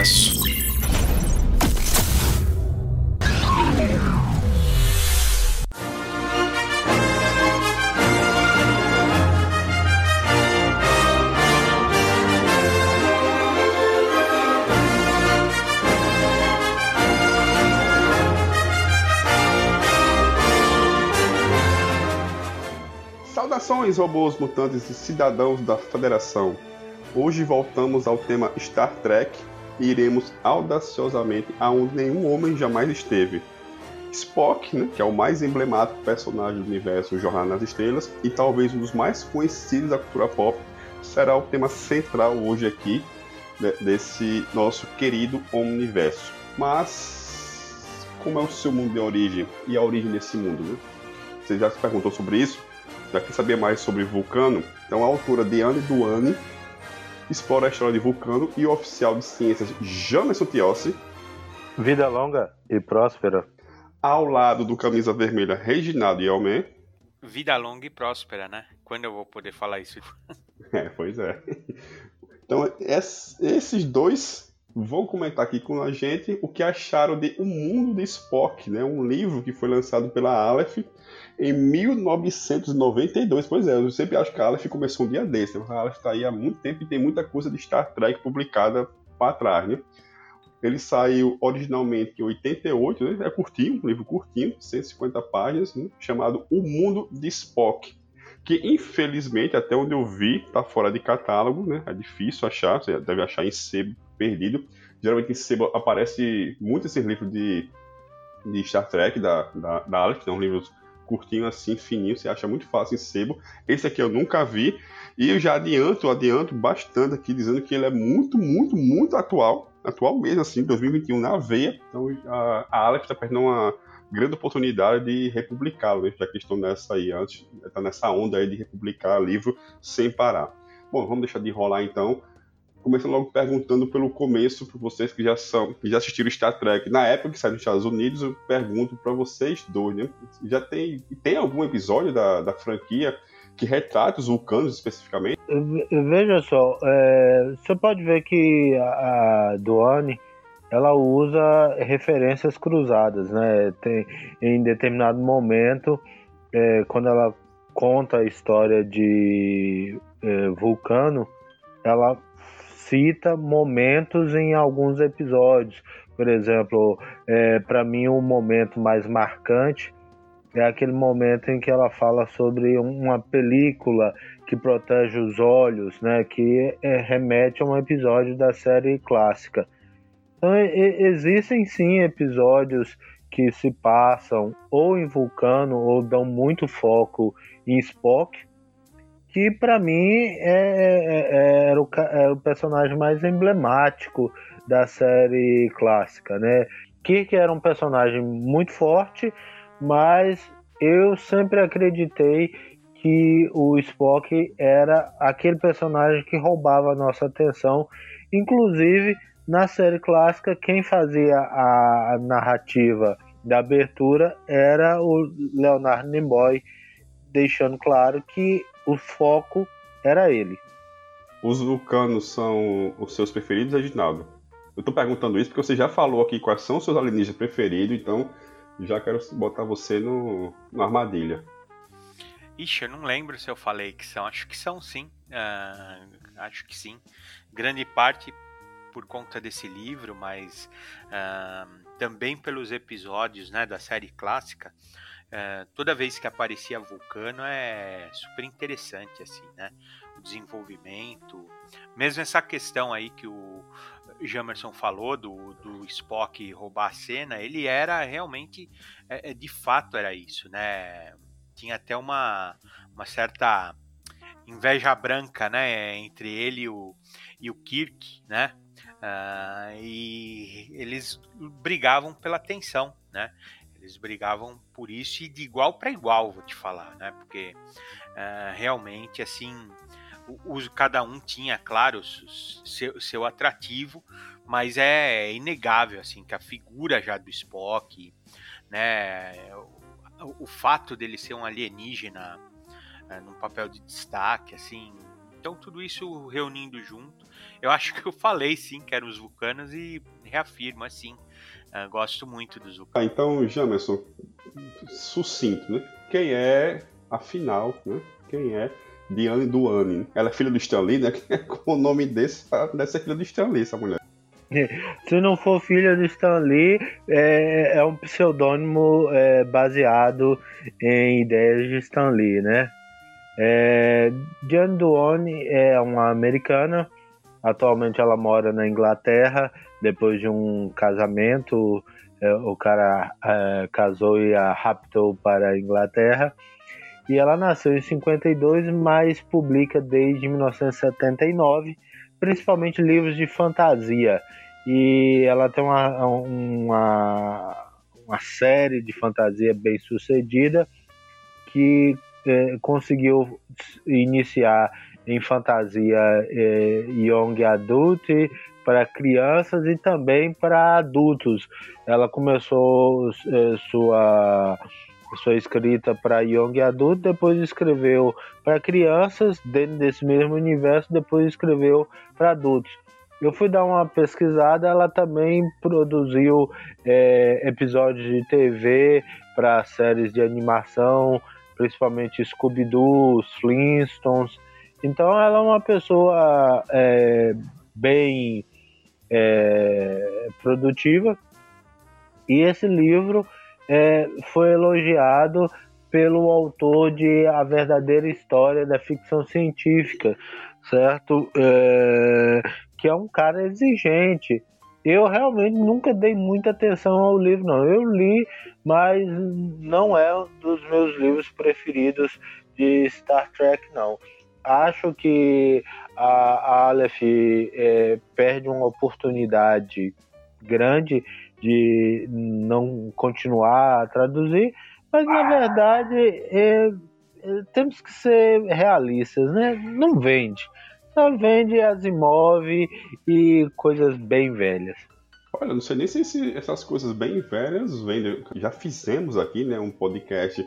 Omniverso. Saudações, robôs mutantes e cidadãos da Federação. Hoje voltamos ao tema Star Trek e iremos audaciosamente aonde nenhum homem jamais esteve. Spock, que é o mais emblemático personagem do universo Jornada nas Estrelas e talvez um dos mais conhecidos da cultura pop, será o tema central hoje aqui desse nosso querido Omniverso. Mas como é o seu mundo de origem e a origem desse mundo, né? Você já se perguntou sobre isso? Já quer saber mais sobre Vulcano? Então a autora Diane Duane explora a história de Vulcano e o oficial de ciências Jameson Tiossi, vida longa e próspera, ao lado do camisa vermelha Reginaldo Yelmer. Vida longa e próspera, né? Quando eu vou poder falar isso? Pois é. Então esses dois vão comentar aqui com a gente o que acharam de O Mundo de Spock, né? Um livro que foi lançado pela Aleph em 1992. Pois é, eu sempre acho que a Aleph começou um dia desse. A Aleph está aí há muito tempo e tem muita coisa de Star Trek publicada para trás, né? Ele saiu originalmente em 88, né? É curtinho, um livro curtinho, 150 páginas, né? Chamado O Mundo de Spock, que infelizmente, até onde eu vi, está fora de catálogo, né? É difícil achar, você deve achar em sebo perdido. Geralmente em sebo aparece muito esses livros de Star Trek da Aleph, são livros curtinho assim, fininho, você acha muito fácil em sebo. Esse aqui eu nunca vi, e eu já adianto bastante aqui, dizendo que ele é muito, muito, muito atual mesmo, assim, 2021 na veia. Então a Aleph está perdendo uma grande oportunidade de republicá-lo, né? Já que estão nessa aí, antes, está nessa onda aí de republicar livro sem parar. Bom, vamos deixar de enrolar então. Começando logo perguntando pelo começo, para vocês que já assistiram Star Trek na época que saiu nos Estados Unidos, eu pergunto para vocês dois, né? Já tem algum episódio da franquia que retrata os vulcanos especificamente? Veja só, você pode ver que a Duane, ela usa referências cruzadas, né? Em determinado momento, quando ela conta a história de Vulcano, ela cita momentos em alguns episódios. Por exemplo, para mim o momento mais marcante é aquele momento em que ela fala sobre uma película que protege os olhos, né, que remete a um episódio da série clássica. Então existem sim episódios que se passam ou em Vulcano ou dão muito foco em Spock, que para mim era o personagem mais emblemático da série clássica, né? Kirk era um personagem muito forte, mas eu sempre acreditei que o Spock era aquele personagem que roubava a nossa atenção. Inclusive, na série clássica, quem fazia a narrativa da abertura era o Leonard Nimoy, deixando claro que o foco era ele. Os vulcanos são os seus preferidos, Reginaldo? Eu tô perguntando isso porque você já falou aqui quais são os seus alienígenas preferidos, então já quero botar você na armadilha. Ixi, eu não lembro se eu falei que são. Acho que são sim. Acho que sim. Grande parte por conta desse livro, mas também pelos episódios, né, da série clássica. Toda vez que aparecia Vulcano é super interessante, assim, né? O desenvolvimento, mesmo essa questão aí que o Jamerson falou do Spock roubar a cena, ele era realmente, de fato era isso, né? Tinha até uma certa inveja branca, né, entre ele e o Kirk, né? E eles brigavam pela atenção, né? Eles brigavam por isso e de igual para igual, vou te falar, né? Porque realmente, assim, cada um tinha, claro, seu atrativo, mas é inegável, assim, que a figura já do Spock, né? O fato dele ser um alienígena num papel de destaque, assim, Então tudo isso reunindo junto, eu acho que eu falei sim que eram os vulcanos e reafirmo assim, gosto muito dos vulcanos. Então, Jamerson, sucinto, né? Quem é, afinal, né? Quem é Diane Duane? Ela é filha do Stan Lee, né? Com o nome desse, deve ser filha do Stan Lee, essa mulher. Se não for filha de Stan Lee, é um pseudônimo baseado em ideias de Stan Lee, né? Diane Duane é uma americana. Atualmente ela mora na Inglaterra. Depois de um casamento, o cara casou e a raptou para a Inglaterra. E ela nasceu em 52, mas publica desde 1979, principalmente livros de fantasia. E ela tem uma série de fantasia bem sucedida que conseguiu iniciar em fantasia young adult para crianças e também para adultos. Ela começou sua escrita para young adult, depois escreveu para crianças dentro desse mesmo universo, depois escreveu para adultos. Eu fui dar uma pesquisada, ela também produziu episódios de TV para séries de animação, principalmente Scooby-Doo, Flintstones. Então ela é uma pessoa bem produtiva, e esse livro foi elogiado pelo autor de A Verdadeira História da Ficção Científica, certo? Que é um cara exigente. Eu realmente nunca dei muita atenção ao livro, não. Eu li, mas não é um dos meus livros preferidos de Star Trek, não. Acho que a Aleph perde uma oportunidade grande de não continuar a traduzir, mas na verdade temos que ser realistas, né? Não vende. Só vende Asimov e coisas bem velhas. Olha, não sei nem se essas coisas bem velhas vendem. Já fizemos aqui, né, um podcast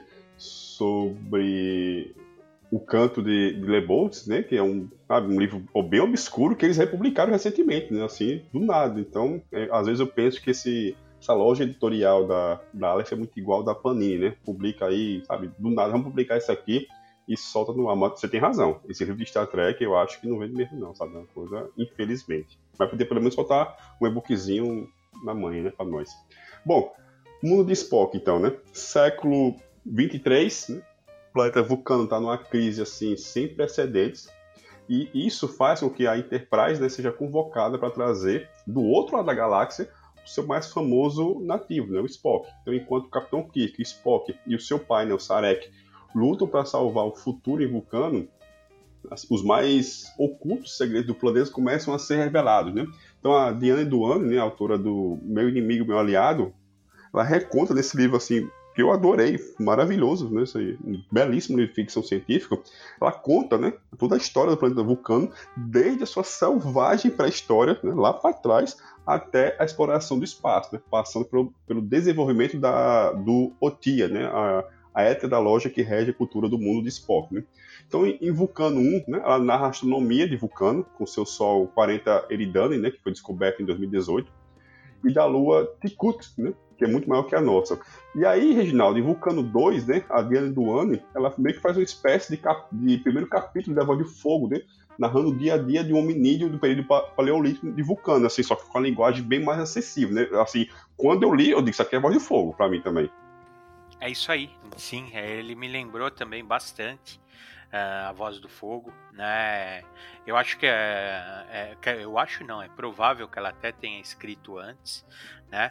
sobre O Canto de Leboltz, né, que é um livro bem obscuro que eles republicaram recentemente, né, assim, do nada. Então, às vezes eu penso que essa loja editorial da Aleph é muito igual da Panini, né? Publica aí, sabe, do nada, vamos publicar isso aqui e solta no ar. Você tem razão. Esse livro de Star Trek eu acho que não vende mesmo não, sabe? É uma coisa, infelizmente. Vai poder pelo menos soltar um e-bookzinho na manhã, né, pra nós. Bom, mundo de Spock, então, né? Século 23, né? O planeta Vulcano está numa crise, assim, sem precedentes. E isso faz com que a Enterprise, né, seja convocada para trazer, do outro lado da galáxia, o seu mais famoso nativo, né, o Spock. Então, enquanto o Capitão Kirk, o Spock e o seu pai, né, o Sarek, lutam para salvar o futuro em Vulcano, os mais ocultos segredos do planeta começam a ser revelados, né? Então, a Diane Duane, né, a autora do Meu Inimigo, Meu Aliado, ela reconta nesse livro, assim, que eu adorei, maravilhoso, né, isso aí, um belíssimo livro de ficção científica. Ela conta, né, toda a história do planeta Vulcano, desde a sua selvagem pré-história, né, lá para trás, até a exploração do espaço, né, passando pelo desenvolvimento do Otia, né, a ética da loja que rege a cultura do mundo de Spock, né. Então, em Vulcano 1, né, ela narra a astronomia de Vulcano, com seu Sol 40 Eridani, né, que foi descoberto em 2018, e da Lua Tikut, né, que é muito maior que a nossa. E aí, Reginaldo, em Vulcano 2, né, a Diane Duane, ela meio que faz uma espécie de primeiro capítulo da Voz de Fogo, né, narrando o dia a dia de um hominídeo do período paleolítico de Vulcano, assim, só que com a linguagem bem mais acessível, né? Assim, quando eu li, eu disse, isso aqui é Voz de Fogo, para mim também. É isso aí, sim, ele me lembrou também bastante a Voz do Fogo, né? Eu acho que eu acho não, é provável que ela até tenha escrito antes, né?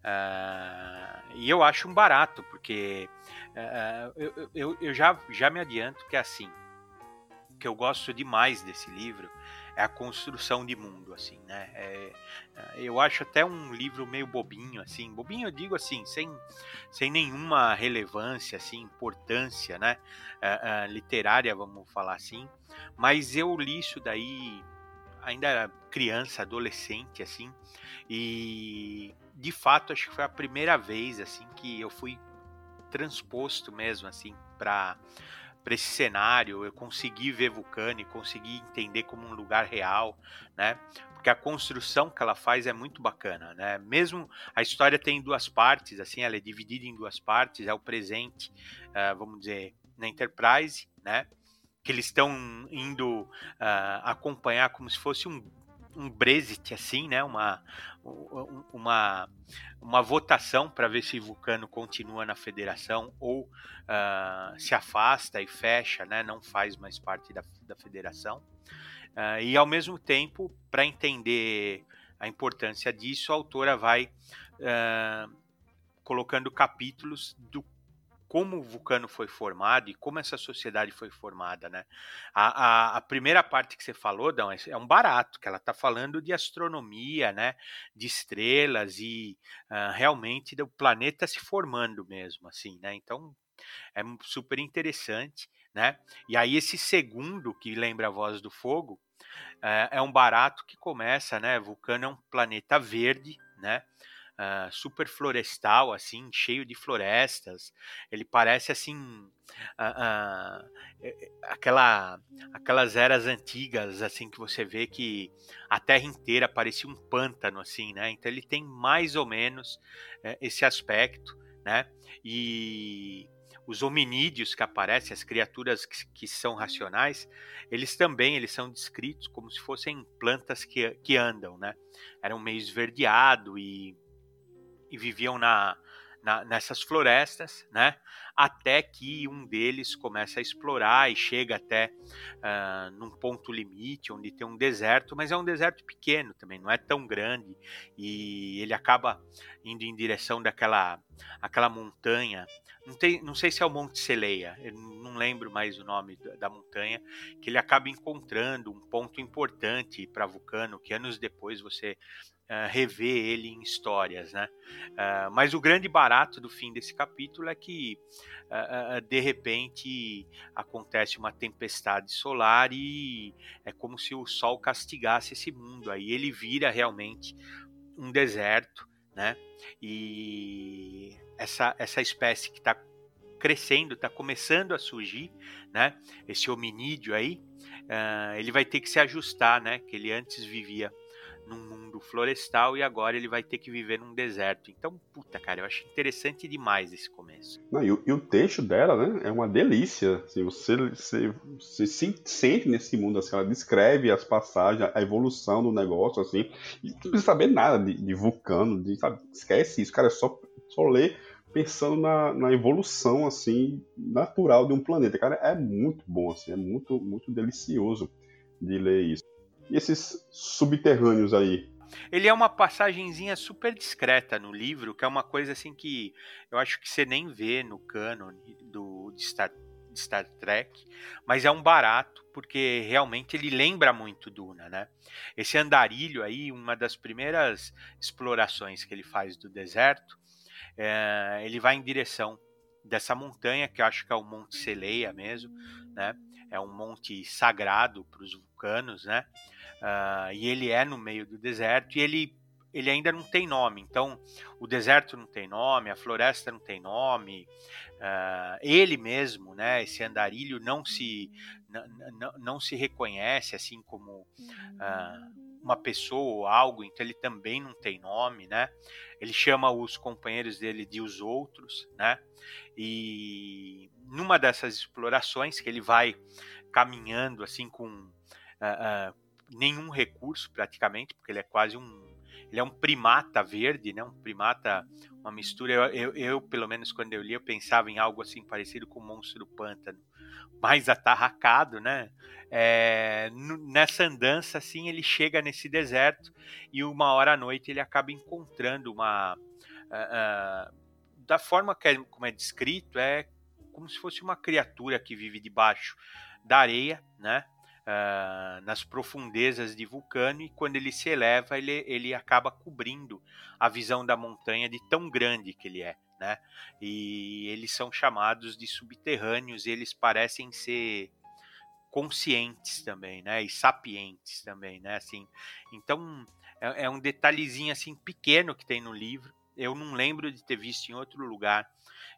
E eu acho um barato, porque eu já me adianto que assim, o que eu gosto demais desse livro é a construção de mundo, assim, né? Eu acho até um livro meio bobinho, assim, bobinho eu digo assim, sem nenhuma relevância, assim, importância, né? Literária, vamos falar assim, mas eu li isso daí ainda era criança, adolescente, assim, e de fato acho que foi a primeira vez, assim, que eu fui transposto mesmo, assim, para esse cenário, eu consegui ver Vulcano e consegui entender como um lugar real, né? Porque a construção que ela faz é muito bacana, né? Mesmo a história tem duas partes, assim, ela é dividida em duas partes, é o presente, vamos dizer, na Enterprise, né? Que eles estão indo acompanhar como se fosse um Brexit, assim, né? Uma votação para ver se Vulcano continua na Federação ou se afasta e fecha, né? Não faz mais parte da Federação. E ao mesmo tempo, para entender a importância disso, a autora vai colocando capítulos do como o Vulcano foi formado e como essa sociedade foi formada, né? A primeira parte que você falou, Dão, é um barato, que ela está falando de astronomia, né? De estrelas e realmente do planeta se formando mesmo, assim, né? Então é super interessante, né? E aí esse segundo, que lembra a Voz do Fogo, é um barato que começa, né? Vulcano é um planeta verde, né? Super florestal, assim, cheio de florestas. Ele parece assim aquelas eras antigas, assim, que você vê que a Terra inteira parecia um pântano, assim, né? Então ele tem mais ou menos esse aspecto, né? E os hominídeos que aparecem, as criaturas que são racionais, eles são descritos como se fossem plantas que andam, né? Eram meio esverdeado e viviam nessas florestas, né? Até que um deles começa a explorar e chega até num ponto limite, onde tem um deserto, mas é um deserto pequeno também, não é tão grande, e ele acaba indo em direção aquela montanha. Não sei se é o Monte Seleia, eu não lembro mais o nome da montanha, que ele acaba encontrando um ponto importante para Vulcano, que anos depois você rever ele em histórias, né? Mas o grande barato do fim desse capítulo é que de repente acontece uma tempestade solar e é como se o sol castigasse esse mundo. Aí ele vira realmente um deserto, né? E essa espécie que está crescendo, está começando a surgir, né? Esse hominídeo aí, ele vai ter que se ajustar, né? Que ele antes vivia num mundo florestal e agora ele vai ter que viver num deserto. Então, puta, cara, eu acho interessante demais esse começo. Não, e o texto dela, né, é uma delícia. Assim, você se sente nesse mundo, assim, ela descreve as passagens, a evolução do negócio, assim, e não precisa saber nada de Vulcano, sabe, esquece isso, cara, é só ler pensando na evolução, assim, natural de um planeta. Cara, é muito bom, assim, é muito, muito delicioso de ler isso. E esses subterrâneos aí? Ele é uma passagenzinha super discreta no livro, que é uma coisa assim que eu acho que você nem vê no canon de Star Trek, mas é um barato, porque realmente ele lembra muito Duna, né? Esse andarilho aí, uma das primeiras explorações que ele faz do deserto, ele vai em direção dessa montanha, que eu acho que é o Monte Seleia mesmo, né? É um monte sagrado para os vulcanos, né? E ele é no meio do deserto e ele ainda não tem nome. Então, o deserto não tem nome, a floresta não tem nome, ele mesmo, né? Esse andarilho não se reconhece assim como uma pessoa ou algo, então ele também não tem nome, né? Ele chama os companheiros dele de os outros, né? E numa dessas explorações que ele vai caminhando assim com nenhum recurso praticamente, porque ele é quase ele é um primata verde, né? Um primata, uma mistura. Eu pelo menos quando eu li, eu pensava em algo assim parecido com o monstro do pântano, mais atarracado, né? Nessa andança, assim, ele chega nesse deserto e uma hora à noite ele acaba encontrando da forma como é descrito, é como se fosse uma criatura que vive debaixo da areia, né? Nas profundezas de Vulcano, e quando ele se eleva, ele acaba cobrindo a visão da montanha de tão grande que ele é, né? E eles são chamados de subterrâneos, e eles parecem ser conscientes também, né? E sapientes também, né? Assim, então é um detalhezinho assim pequeno que tem no livro. Eu não lembro de ter visto em outro lugar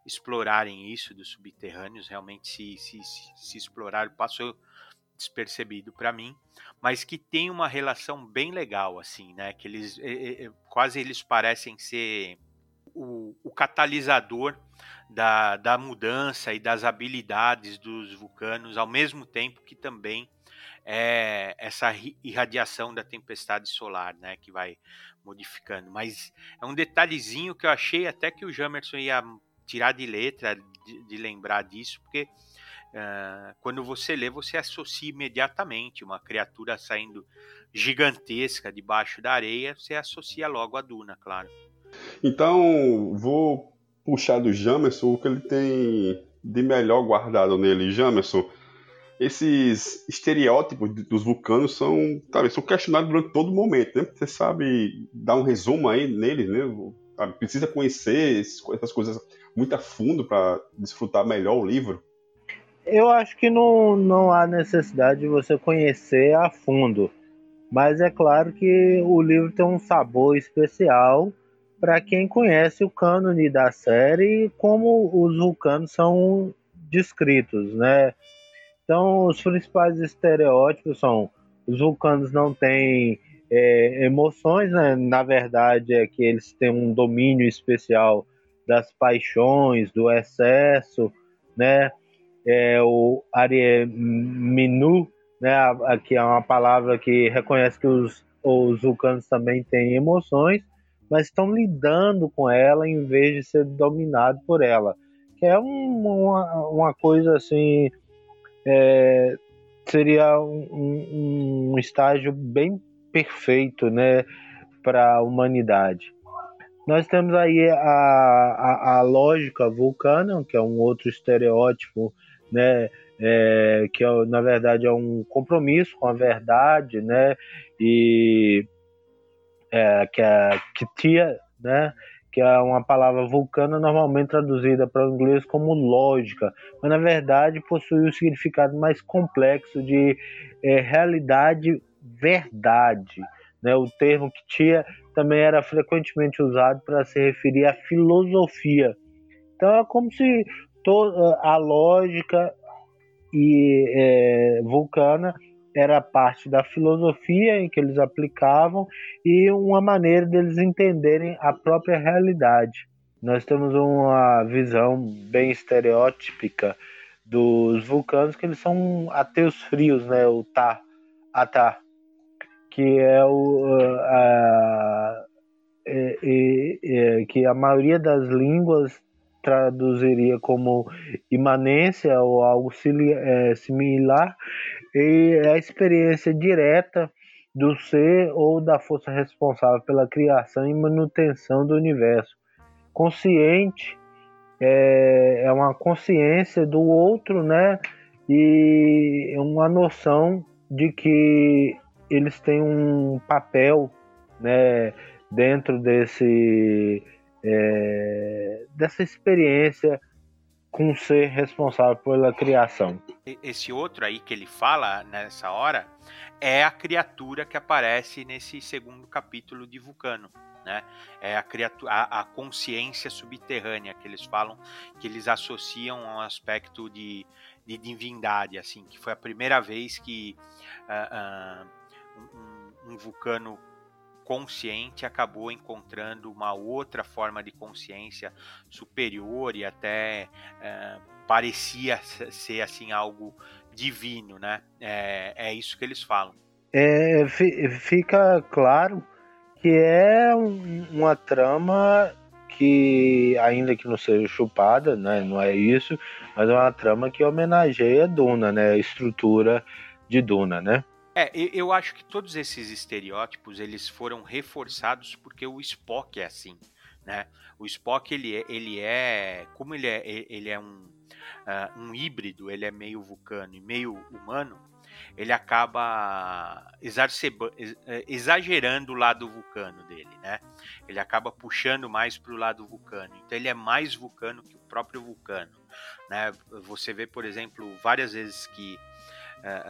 explorarem isso dos subterrâneos, realmente se exploraram, passou despercebido para mim, mas que tem uma relação bem legal, assim, né? Que eles quase eles parecem ser o catalisador da mudança e das habilidades dos vulcanos, ao mesmo tempo que também é essa irradiação da tempestade solar, né, que vai modificando. Mas é um detalhezinho que eu achei até que o Jamerson ia tirar de letra de lembrar disso, porque quando você lê, você associa imediatamente uma criatura saindo gigantesca debaixo da areia, você associa logo a Duna, claro. Então, vou puxar do Jamerson o que ele tem de melhor guardado nele. Jamerson, esses estereótipos dos vulcanos são, talvez, são questionados durante todo momento, né? Você sabe dar um resumo aí neles, né? Precisa conhecer essas coisas muito a fundo para desfrutar melhor o livro. Eu acho que não há necessidade de você conhecer a fundo, mas é claro que o livro tem um sabor especial para quem conhece o cânone da série e como os vulcanos são descritos, né? Então, os principais estereótipos são: os vulcanos não têm emoções, né? Na verdade, é que eles têm um domínio especial das paixões, do excesso, né? O Arieminu, né? Que é uma palavra que reconhece que os vulcanos também têm emoções, mas estão lidando com ela em vez de ser dominado por ela. Que é uma coisa assim. Seria um estágio bem perfeito, né, para a humanidade. Nós temos aí a lógica vulcana, que é um outro estereótipo, né, que na verdade é um compromisso com a verdade, né, e que é Kitia, né, que é uma palavra vulcana normalmente traduzida para o inglês como lógica, mas na verdade possui um significado mais complexo de realidade, verdade. Né? O termo Kitia também era frequentemente usado para se referir à filosofia. Então é como se a lógica vulcana era parte da filosofia em que eles aplicavam e uma maneira deles entenderem a própria realidade. Nós temos uma visão bem estereotípica dos vulcanos, que eles são ateus frios, né? O Ata, que é que a maioria das línguas traduziria como imanência ou algo similar, e é a experiência direta do ser ou da força responsável pela criação e manutenção do universo. Consciente é uma consciência do outro, né? E uma noção de que eles têm um papel, né, dentro dessa experiência com o ser responsável pela criação. Esse outro aí que ele fala nessa hora é a criatura que aparece nesse segundo capítulo de Vulcano, né? É a consciência subterrânea que eles falam, que eles associam a um aspecto de divindade, assim, que foi a primeira vez que um vulcano consciente acabou encontrando uma outra forma de consciência superior e até parecia ser assim algo divino, né? É isso que eles falam. Fica claro que é uma trama que, ainda que não seja chupada, né, não é isso, mas é uma trama que homenageia Duna, né, a estrutura de Duna, né? Eu acho que todos esses estereótipos eles foram reforçados porque o Spock é assim, né? O Spock ele é como ele é um híbrido, ele é meio vulcano e meio humano, ele acaba exagerando o lado vulcano dele, né? Ele acaba puxando mais para o lado vulcano, então ele é mais vulcano que o próprio vulcano, né? Você vê, por exemplo, várias vezes que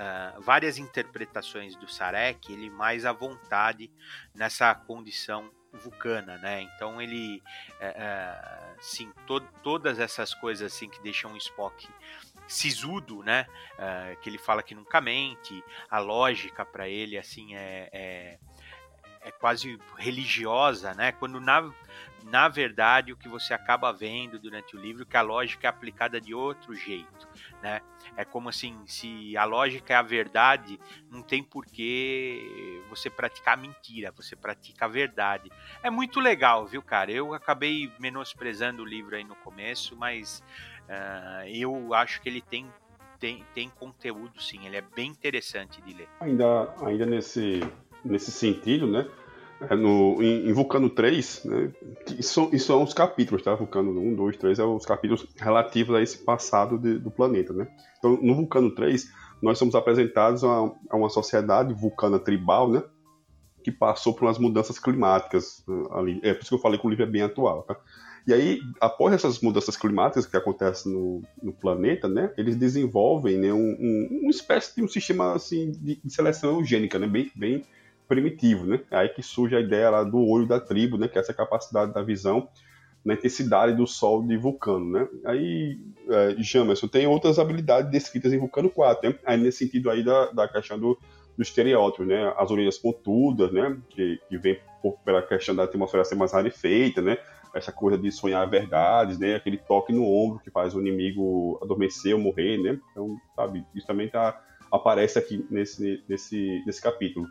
várias interpretações do Sarek, ele mais à vontade nessa condição vulcana, né? Então ele, sim, todas essas coisas assim que deixam o Spock sisudo, né? Que ele fala que nunca mente, a lógica para ele assim é quase religiosa, né? Quando na verdade o que você acaba vendo durante o livro é que a lógica é aplicada de outro jeito, né? É como assim, se a lógica é a verdade, não tem por que você praticar a mentira, você pratica a verdade. É muito legal, viu, cara? Eu acabei menosprezando o livro aí no começo, mas eu acho que ele tem conteúdo, sim. Ele é bem interessante de ler. Ainda nesse sentido, né? Em Vulcano 3, né? Isso são os capítulos, tá? Vulcano 1, 2, 3 é os capítulos relativos a esse passado do planeta, né? Então, no Vulcano 3, nós somos apresentados a uma sociedade vulcana tribal, né? Que passou por umas mudanças climáticas ali. É por isso que eu falei que o livro é bem atual, tá? E aí, após essas mudanças climáticas que acontecem no planeta, né, eles desenvolvem, né, uma espécie de um sistema assim, de seleção eugênica, né, bem primitivo. Né? É aí que surge a ideia lá do olho da tribo, né, que é essa capacidade da visão na intensidade do Sol de Vulcano. Né? Aí, Jamerson, tem outras habilidades descritas em Vulcano 4, né? Aí nesse sentido aí da questão do estereótipo, né? As orelhas pontudas, né? Que vem pela questão da atmosfera ser mais rarefeita, né? Essa coisa de sonhar verdades, né? Aquele toque no ombro que faz o inimigo adormecer ou morrer, né? Então, sabe, isso também aparece aqui nesse capítulo.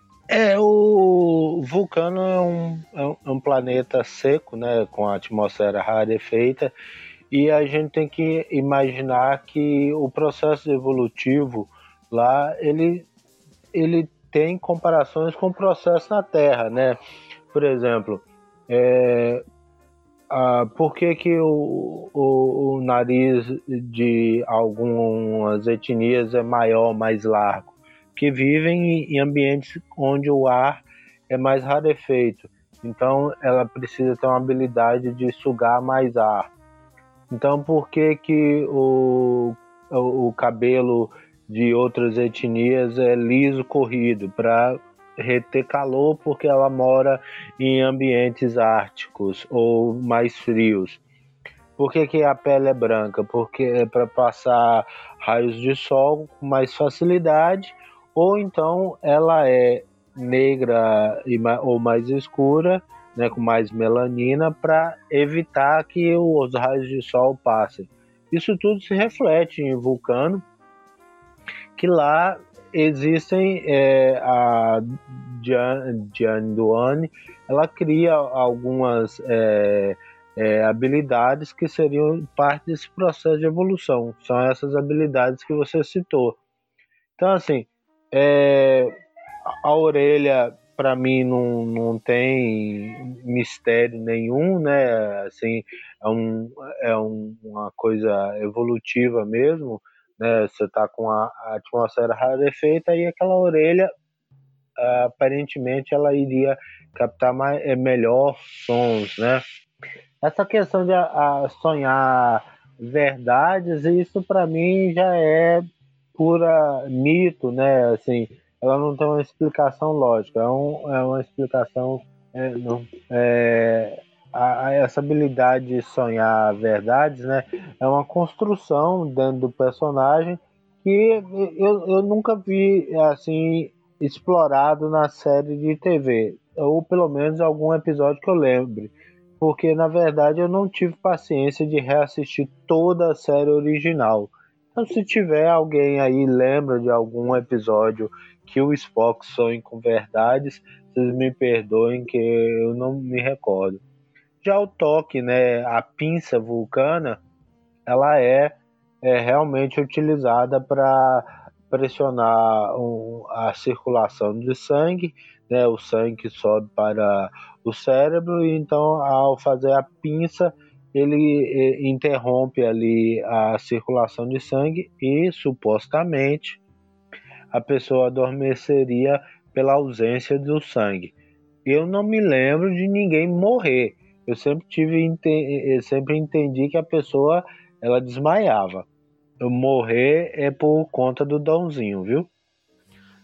O Vulcano é um planeta seco, né? Com a atmosfera rarefeita, e a gente tem que imaginar que o processo evolutivo lá, ele tem comparações com o processo na Terra, né? Por exemplo, por que o nariz de algumas etnias é maior, mais largo? Que vivem em ambientes onde o ar é mais rarefeito. Então, ela precisa ter uma habilidade de sugar mais ar. Então, por que o cabelo de outras etnias é liso, corrido? Para reter calor, porque ela mora em ambientes árticos ou mais frios. Por que a pele é branca? Porque é para passar raios de sol com mais facilidade, ou então ela é negra ou mais escura, né, com mais melanina, para evitar que os raios de sol passem. Isso tudo se reflete em Vulcano, que lá existem a Diane Duane, ela cria algumas habilidades que seriam parte desse processo de evolução. São essas habilidades que você citou. Então, assim, a orelha, para mim, não tem mistério nenhum, né? Assim, uma coisa evolutiva mesmo, né? Você tá com a atmosfera rarefeita e aquela orelha, aparentemente, ela iria captar melhor sons, né? Essa questão de sonhar verdades, isso para mim já é pura mito, né? Assim, ela não tem uma explicação lógica, é uma explicação. Essa habilidade de sonhar verdades, né? É uma construção dentro do personagem que eu nunca vi assim explorado na série de TV, ou pelo menos algum episódio que eu lembre. Porque, na verdade, eu não tive paciência de reassistir toda a série original. Então, se tiver alguém aí lembra de algum episódio que o Spock sonhe com verdades, vocês me perdoem que eu não me recordo. Já o toque, né, a pinça vulcana, ela é realmente utilizada para pressionar a circulação de sangue, né? O sangue sobe para o cérebro, e então ao fazer a pinça ele interrompe ali a circulação de sangue e supostamente a pessoa adormeceria pela ausência do sangue. Eu não me lembro de ninguém morrer. Eu sempre entendi que a pessoa ela desmaiava. Morrer é por conta do Dãozinho, viu?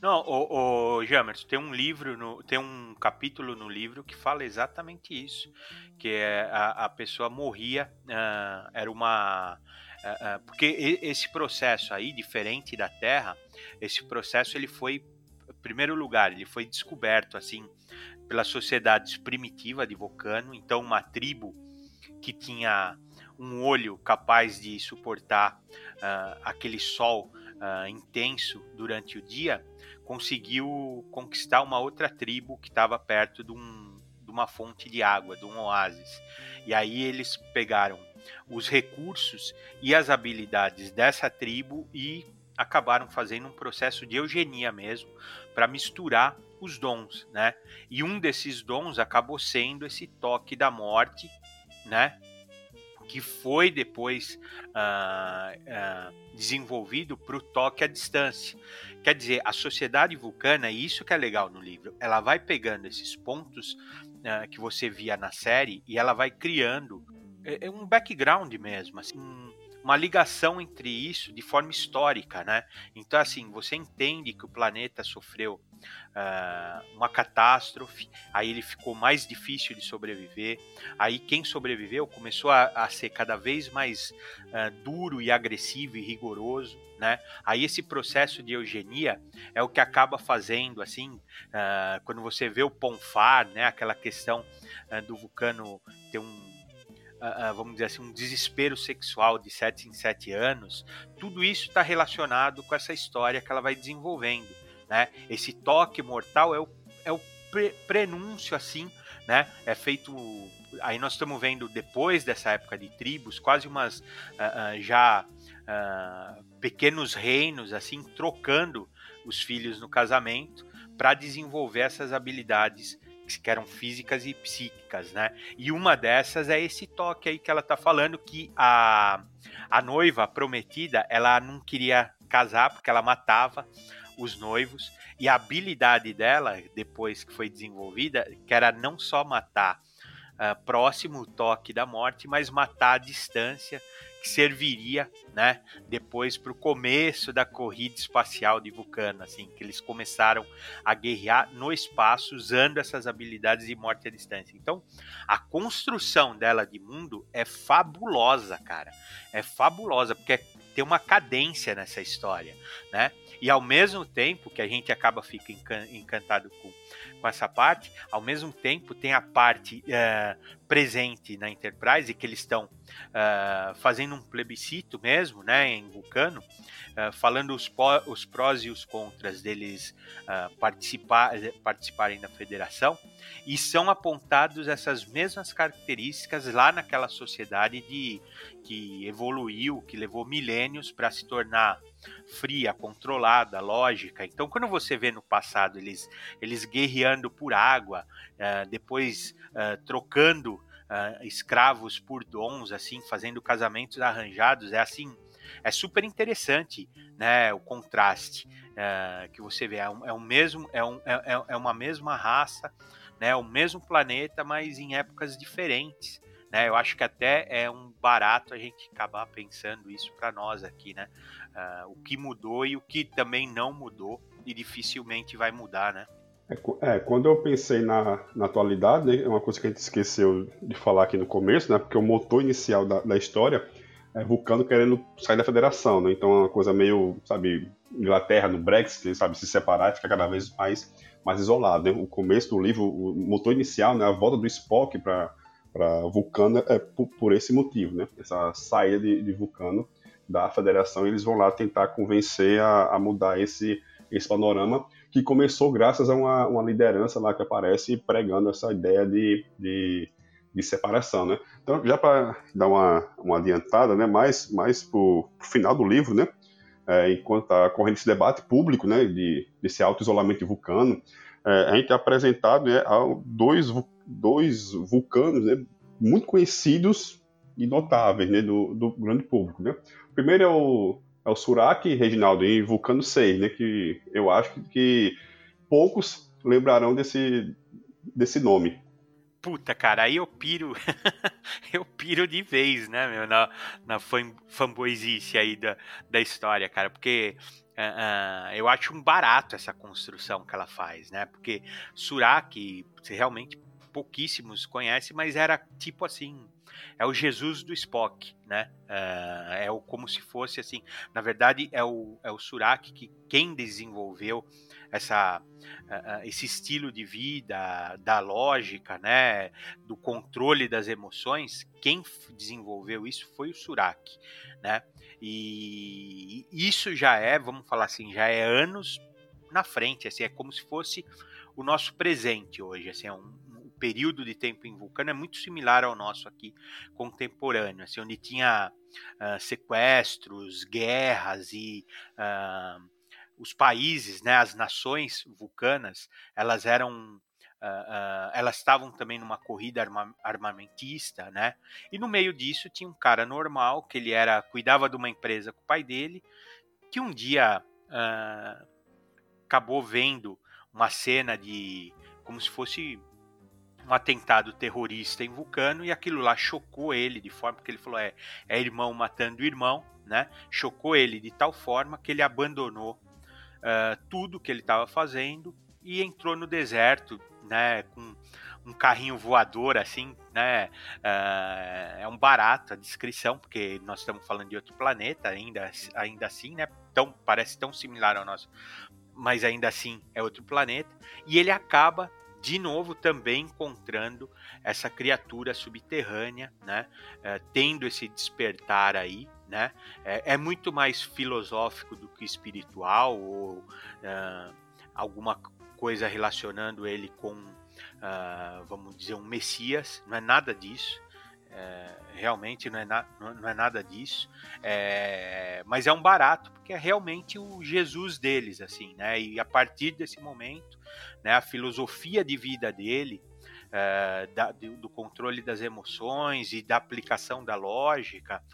Não, o Jamerson, tem um livro, tem um capítulo no livro que fala exatamente isso, que é a pessoa morria, era uma... porque esse processo aí, diferente da Terra, esse processo ele foi, em primeiro lugar, ele foi descoberto assim pelas sociedades primitivas de Vulcano, então uma tribo que tinha um olho capaz de suportar aquele sol intenso durante o dia, conseguiu conquistar uma outra tribo que estava perto de uma fonte de água, de um oásis. E aí eles pegaram os recursos e as habilidades dessa tribo e acabaram fazendo um processo de eugenia mesmo, para misturar os dons, né? E um desses dons acabou sendo esse toque da morte, né? Que foi depois desenvolvido para o toque à distância. Quer dizer, a sociedade vulcana, e isso que é legal no livro, ela vai pegando esses pontos que você via na série e ela vai criando um background mesmo, assim, uma ligação entre isso de forma histórica, né? Então, assim, você entende que o planeta sofreu uma catástrofe, aí ele ficou mais difícil de sobreviver, aí quem sobreviveu começou a ser cada vez mais duro e agressivo e rigoroso, né? Aí esse processo de eugenia é o que acaba fazendo, assim, quando você vê o Ponfar, né? Aquela questão do Vulcano ter vamos dizer assim, um desespero sexual de 7 em 7 anos, tudo isso está relacionado com essa história que ela vai desenvolvendo, né? Esse toque mortal é o prenúncio, assim, né? É feito... Aí nós estamos vendo, depois dessa época de tribos, quase umas pequenos reinos, assim, trocando os filhos no casamento para desenvolver essas habilidades que eram físicas e psíquicas, né? E uma dessas é esse toque aí que ela tá falando, que a noiva, a prometida, ela não queria casar porque ela matava os noivos, e a habilidade dela, depois que foi desenvolvida, que era não só matar próximo o toque da morte, mas matar à distância, que serviria, né, depois para o começo da corrida espacial de Vulcano, assim, que eles começaram a guerrear no espaço usando essas habilidades de morte à distância. Então, a construção dela de mundo é fabulosa, cara. É fabulosa, porque tem uma cadência nessa história, né? E ao mesmo tempo que a gente fica encantado com essa parte, ao mesmo tempo tem a parte presente na Enterprise, que eles estão fazendo um plebiscito mesmo, né, em Vulcano, falando os prós e os contras deles participarem da federação, e são apontados essas mesmas características lá naquela sociedade que evoluiu, que levou milênios para se tornar fria, controlada, lógica. Então, quando você vê no passado eles guerreando por água, depois trocando escravos por dons, assim, fazendo casamentos arranjados, é super interessante, né, o contraste que você vê. É uma mesma raça, né, o mesmo planeta, mas em épocas diferentes. Né? Eu acho que até é um barato a gente acabar pensando isso para nós aqui, né? O que mudou e o que também não mudou e dificilmente vai mudar, né? Quando eu pensei na atualidade, né, é uma coisa que a gente esqueceu de falar aqui no começo, né, porque o motor inicial da história é Vulcano querendo sair da federação, né, então é uma coisa meio, sabe, Inglaterra no Brexit, sabe, se separar e ficar cada vez mais isolado, né. O começo do livro, o motor inicial, né, a volta do Spock para Vulcano é por esse motivo, né, essa saída de Vulcano da federação, e eles vão lá tentar convencer a mudar esse panorama, que começou graças a uma liderança lá que aparece pregando essa ideia de separação, né? Então, já para dar uma adiantada, né, mais pro final do livro, né, enquanto está correndo esse debate público, né, desse auto-isolamento de Vulcano, a gente é apresentado, né, a dois vulcanos, né, muito conhecidos e notáveis, né, do grande público, né? O primeiro é o Surak, Reginaldo, em Vulcano 6, né, que eu acho que poucos lembrarão desse nome. puta, cara, aí eu piro, eu piro de vez, né, meu, na fanboyzice aí da história, cara, porque eu acho um barato essa construção que ela faz, né, porque Suraki, você realmente pouquíssimos conhecem, mas era tipo assim, é o Jesus do Spock, né, como se fosse assim, na verdade é o Suraki que quem desenvolveu esse estilo de vida, da lógica, né, do controle das emoções, quem desenvolveu isso foi o Suraki, né? E isso já vamos falar assim, já é anos na frente, assim, é como se fosse o nosso presente hoje, assim, o período de tempo em Vulcano é muito similar ao nosso aqui contemporâneo, assim, onde tinha sequestros, guerras e os países, né, as nações vulcanas, elas eram elas estavam também numa corrida armamentista, né? E no meio disso tinha um cara normal que ele cuidava de uma empresa com o pai dele, que um dia acabou vendo uma cena de como se fosse um atentado terrorista em Vulcano, e aquilo lá chocou ele de forma que ele falou é irmão matando irmão, né? Chocou ele de tal forma que ele abandonou tudo que ele estava fazendo e entrou no deserto, né, com um carrinho voador, assim, né, é um barato a descrição, porque nós estamos falando de outro planeta, ainda assim, né, parece tão similar ao nosso, mas ainda assim é outro planeta, e ele acaba de novo também encontrando essa criatura subterrânea, né, tendo esse despertar aí, né? É muito mais filosófico do que espiritual, ou alguma coisa relacionando ele com, vamos dizer, um Messias. Não é nada disso. Realmente não é nada disso. Mas é um barato, porque é realmente o Jesus deles, assim, né? E a partir desse momento, né, a filosofia de vida dele, do controle das emoções e da aplicação da lógica,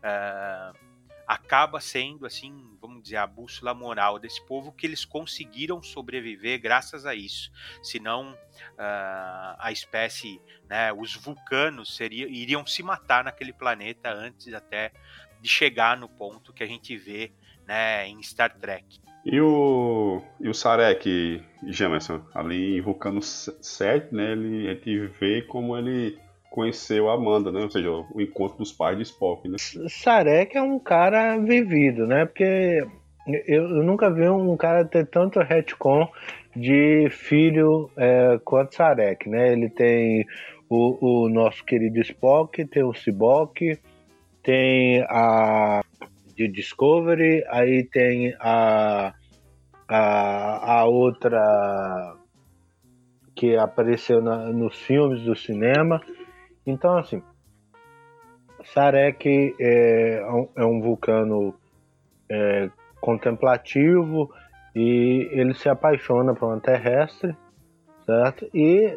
acaba sendo, assim, vamos dizer, a bússola moral desse povo, que eles conseguiram sobreviver graças a isso. Senão a espécie, né, os vulcanos iriam se matar naquele planeta antes até de chegar no ponto que a gente vê, né, em Star Trek. E o Sarek, Jamerson, ali em Vulcano 7, né, a gente vê como ele conheceu a Amanda, né, ou seja, o encontro dos pais de Spock, né. Sarek é um cara vivido, né, porque eu nunca vi um cara ter tanto retcon de filho quanto Sarek, né, ele tem o nosso querido Spock, tem o Sibok, tem a de Discovery, aí tem a outra que apareceu nos filmes do cinema. Então, assim, Sarek é um vulcano contemplativo, e ele se apaixona por uma terrestre, certo? E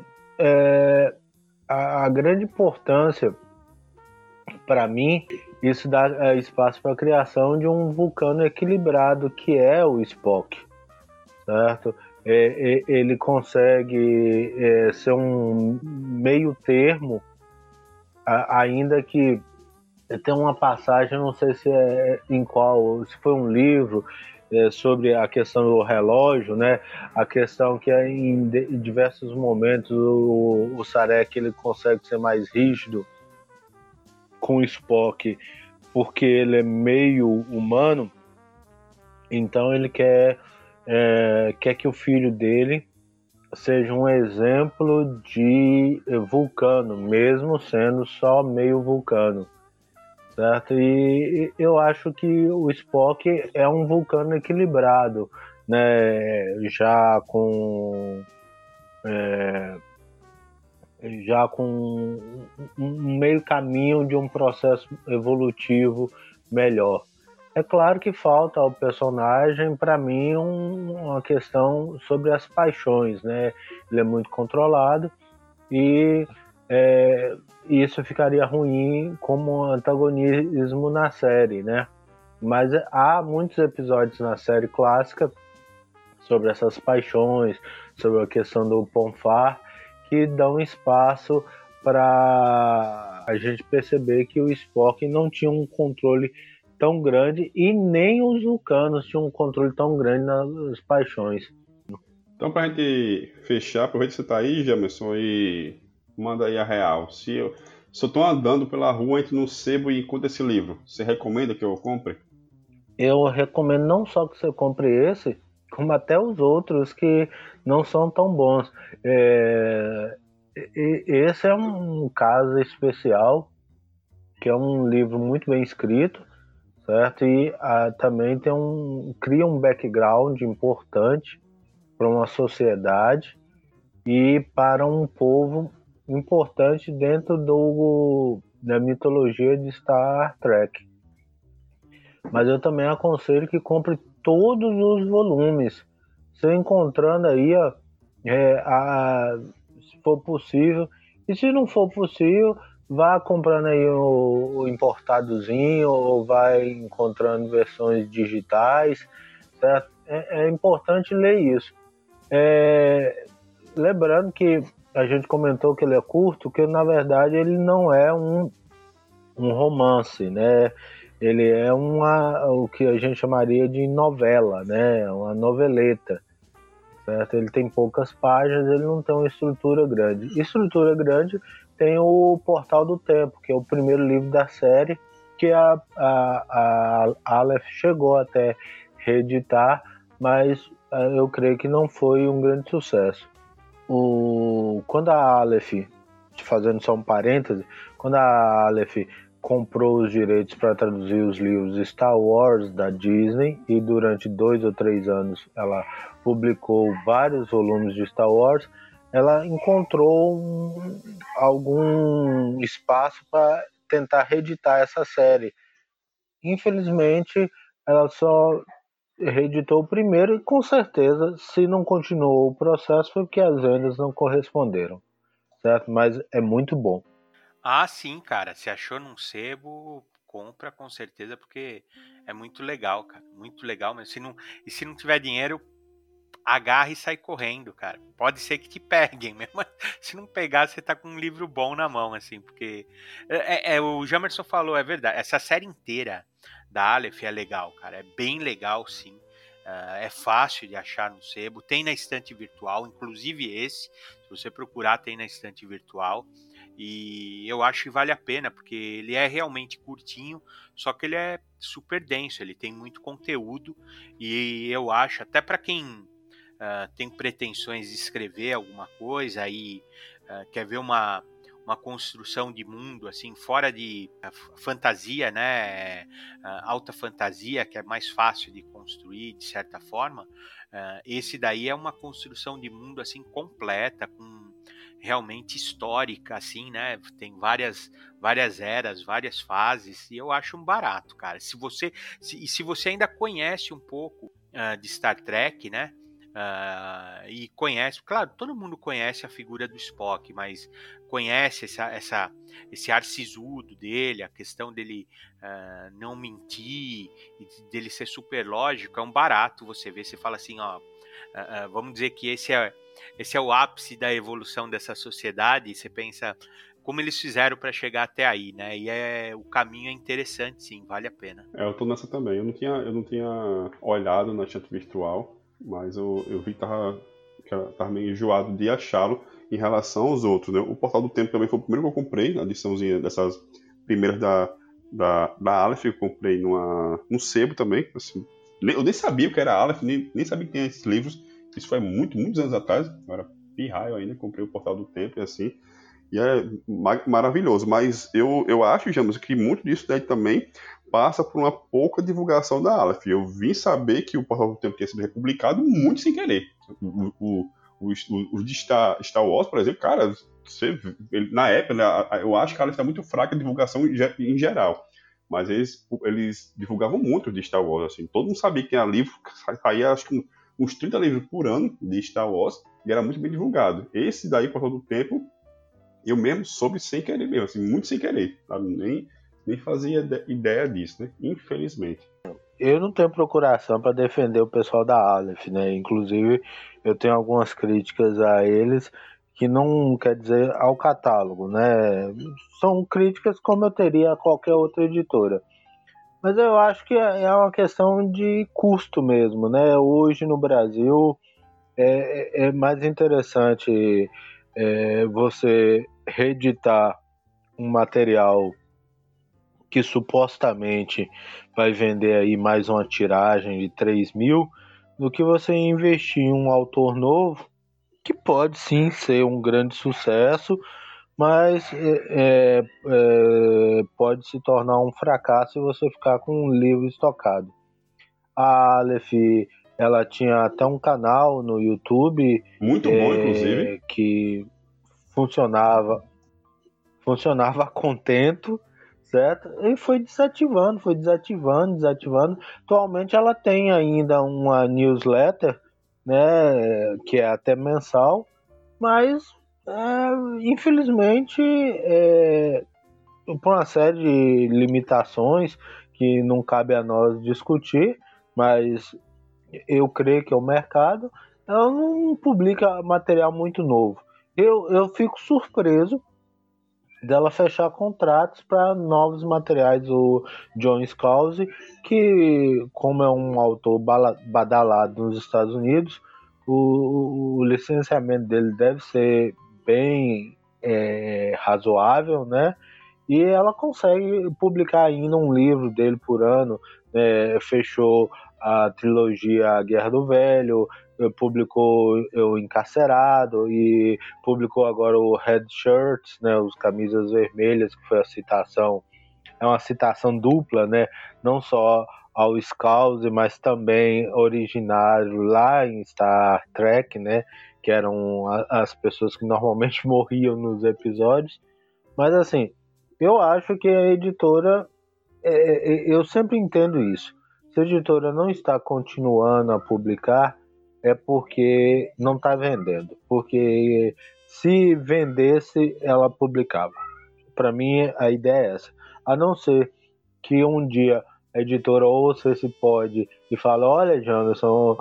a grande importância para mim, isso dá espaço para a criação de um vulcano equilibrado, que é o Spock, certo? Ele consegue ser um meio termo, ainda que tem uma passagem, não sei se se foi um livro, sobre a questão do relógio, né? A questão que em diversos momentos o Sarek ele consegue ser mais rígido com o Spock, porque ele é meio humano, então ele quer que o filho dele seja um exemplo de vulcano, mesmo sendo só meio vulcano, certo? E eu acho que o Spock é um vulcano equilibrado, né? Já com um meio caminho de um processo evolutivo melhor. É claro que falta ao personagem, para mim, uma questão sobre as paixões, né? Ele é muito controlado e isso ficaria ruim como antagonismo na série, né? Mas há muitos episódios na série clássica sobre essas paixões, sobre a questão do Ponfar, que dão espaço para a gente perceber que o Spock não tinha um controle tão grande e nem os vulcanos tinham um controle tão grande nas paixões. Então, pra gente fechar, aproveita que você tá aí, Jamerson, e manda aí a real. Se eu tô andando pela rua, entro no sebo e encontro esse livro, você recomenda que eu compre? Eu recomendo não só que você compre esse, como até os outros que não são tão bons. Esse é um caso especial, que é um livro muito bem escrito, certo? E também cria um background importante para uma sociedade e para um povo importante dentro da mitologia de Star Trek. Mas eu também aconselho que compre todos os volumes. Você encontrando aí, ó, se for possível. E se não for possível, vá comprando aí o importadozinho ou vai encontrando versões digitais, certo? É importante ler isso. Lembrando que a gente comentou que ele é curto, que na verdade ele não é um romance, né? Ele é o que a gente chamaria de novela, né? Uma noveleta, certo? Ele tem poucas páginas, ele não tem uma estrutura grande. Estrutura grande tem o Portal do Tempo, que é o primeiro livro da série, que a Aleph chegou até reeditar, mas eu creio que não foi um grande sucesso. Quando a Aleph, fazendo só um parêntese, quando a Aleph comprou os direitos para traduzir os livros Star Wars da Disney e durante 2 ou 3 anos ela publicou vários volumes de Star Wars, ela encontrou algum espaço para tentar reeditar essa série. Infelizmente, ela só reeditou o primeiro e com certeza, se não continuou o processo, foi porque as vendas não corresponderam, certo? Mas é muito bom. Ah, sim, cara. Se achou num sebo, compra com certeza, porque é muito legal, cara. Muito legal mesmo. E se não tiver dinheiro, agarra e sai correndo, cara. Pode ser que te peguem, mesmo. Se não pegar, você tá com um livro bom na mão, assim, porque o Jamerson falou, é verdade. Essa série inteira da Aleph é legal, cara. É bem legal, sim. É fácil de achar no sebo. Tem na estante virtual, inclusive esse. Se você procurar, tem na estante virtual. E eu acho que vale a pena, porque ele é realmente curtinho, só que ele é super denso, ele tem muito conteúdo. E eu acho, até para quem tem pretensões de escrever alguma coisa e quer ver uma construção de mundo assim fora de fantasia, né, alta fantasia, que é mais fácil de construir de certa forma, esse daí é uma construção de mundo assim completa, com realmente histórica, assim, né? Tem várias eras, várias fases, e eu acho um barato, cara. Se você ainda conhece um pouco de Star Trek, né? E conhece, claro, todo mundo conhece a figura do Spock, mas conhece esse ar sisudo dele, a questão dele não mentir, e dele ser super lógico, é um barato você ver, você fala assim, ó, vamos dizer que esse é o ápice da evolução dessa sociedade, e você pensa como eles fizeram para chegar até aí, né? E o caminho é interessante, sim, vale a pena. Eu tô nessa também. Eu não tinha olhado na estante virtual, mas eu vi que tava meio enjoado de achá-lo em relação aos outros, né? O Portal do Tempo também foi o primeiro que eu comprei, a ediçãozinha dessas primeiras da Aleph, eu comprei num sebo também, assim. Eu nem sabia o que era Aleph, nem sabia que tinha esses livros. Isso foi muitos anos atrás, eu era pirraio ainda, comprei o Portal do Tempo e assim. E é maravilhoso, mas eu acho, James, que muito disso daí também passa por uma pouca divulgação da Aleph. Eu vim saber que o Portal do Tempo tinha sido republicado muito sem querer. Os de Star Wars, por exemplo, cara, na época, né, eu acho que a Aleph está muito fraca em divulgação em geral. Mas eles divulgavam muito de Star Wars, assim. Todo mundo sabia que tinha livro, saía acho que uns 30 livros por ano de Star Wars, e era muito bem divulgado. Esse daí, Portal do Tempo, eu mesmo soube sem querer mesmo, assim, muito sem querer, sabe? Nem fazia ideia disso, né? Infelizmente. Eu não tenho procuração para defender o pessoal da Aleph, né? Inclusive, eu tenho algumas críticas a eles que não quer dizer ao catálogo, né? São críticas como eu teria a qualquer outra editora. Mas eu acho que é uma questão de custo mesmo, né? Hoje no Brasil é mais interessante você reeditar um material que supostamente vai vender aí mais uma tiragem de 3.000 do que você investir em um autor novo, que pode sim ser um grande sucesso, mas pode se tornar um fracasso se você ficar com um livro estocado. A Aleph, ela tinha até um canal no YouTube muito bom, inclusive, que funcionava a contento, certo? E foi desativando. Atualmente ela tem ainda uma newsletter, né, que é até mensal, mas infelizmente por uma série de limitações que não cabe a nós discutir, mas eu creio que é o mercado, ela não publica material muito novo. Eu fico surpreso dela fechar contratos para novos materiais. O John Scalzi, que como é um autor badalado nos Estados Unidos, o licenciamento dele deve ser bem razoável, né? E ela consegue publicar ainda um livro dele por ano, fechou a trilogia Guerra do Velho, publicou O Encarcerado e publicou agora o Red Shirts, né, os Camisas Vermelhas, que foi é uma citação dupla, né, não só ao Scalzi, mas também originário lá em Star Trek, né, que eram as pessoas que normalmente morriam nos episódios. Mas assim, eu acho que a editora, eu sempre entendo isso. Se a editora não está continuando a publicar, é porque não está vendendo. Porque se vendesse, ela publicava. Para mim, a ideia é essa. A não ser que um dia a editora ouça esse pod e fale: olha, Janderson,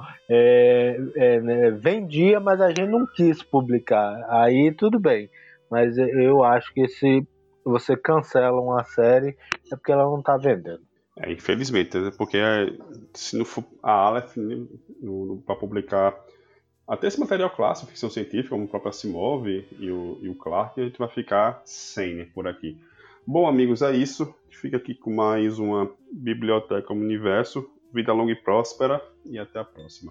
vendia, mas a gente não quis publicar. Aí tudo bem. Mas eu acho que se você cancela uma série, é porque ela não está vendendo. Infelizmente, porque se não for a Aleph para publicar até esse material clássico, ficção científica, como o próprio Asimov e o Clarke, a gente vai ficar sem por aqui. Bom, amigos, é isso. Fica aqui com mais uma Biblioteca Universo. Vida longa e próspera e até a próxima.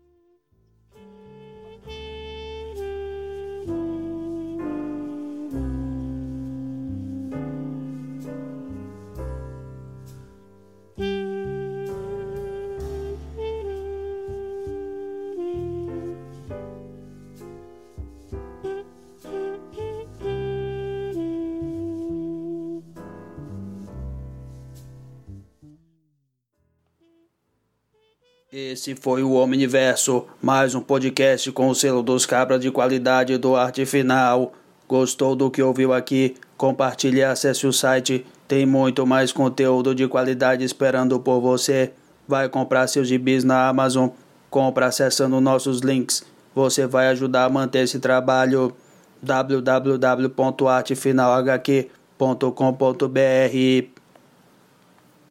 Esse foi o Omniverso, mais um podcast com o selo dos cabras de qualidade do Arte Final. Gostou do que ouviu aqui? Compartilhe e acesse o site. Tem muito mais conteúdo de qualidade esperando por você. Vai comprar seus gibis na Amazon? Compra acessando nossos links. Você vai ajudar a manter esse trabalho. www.artefinalhq.com.br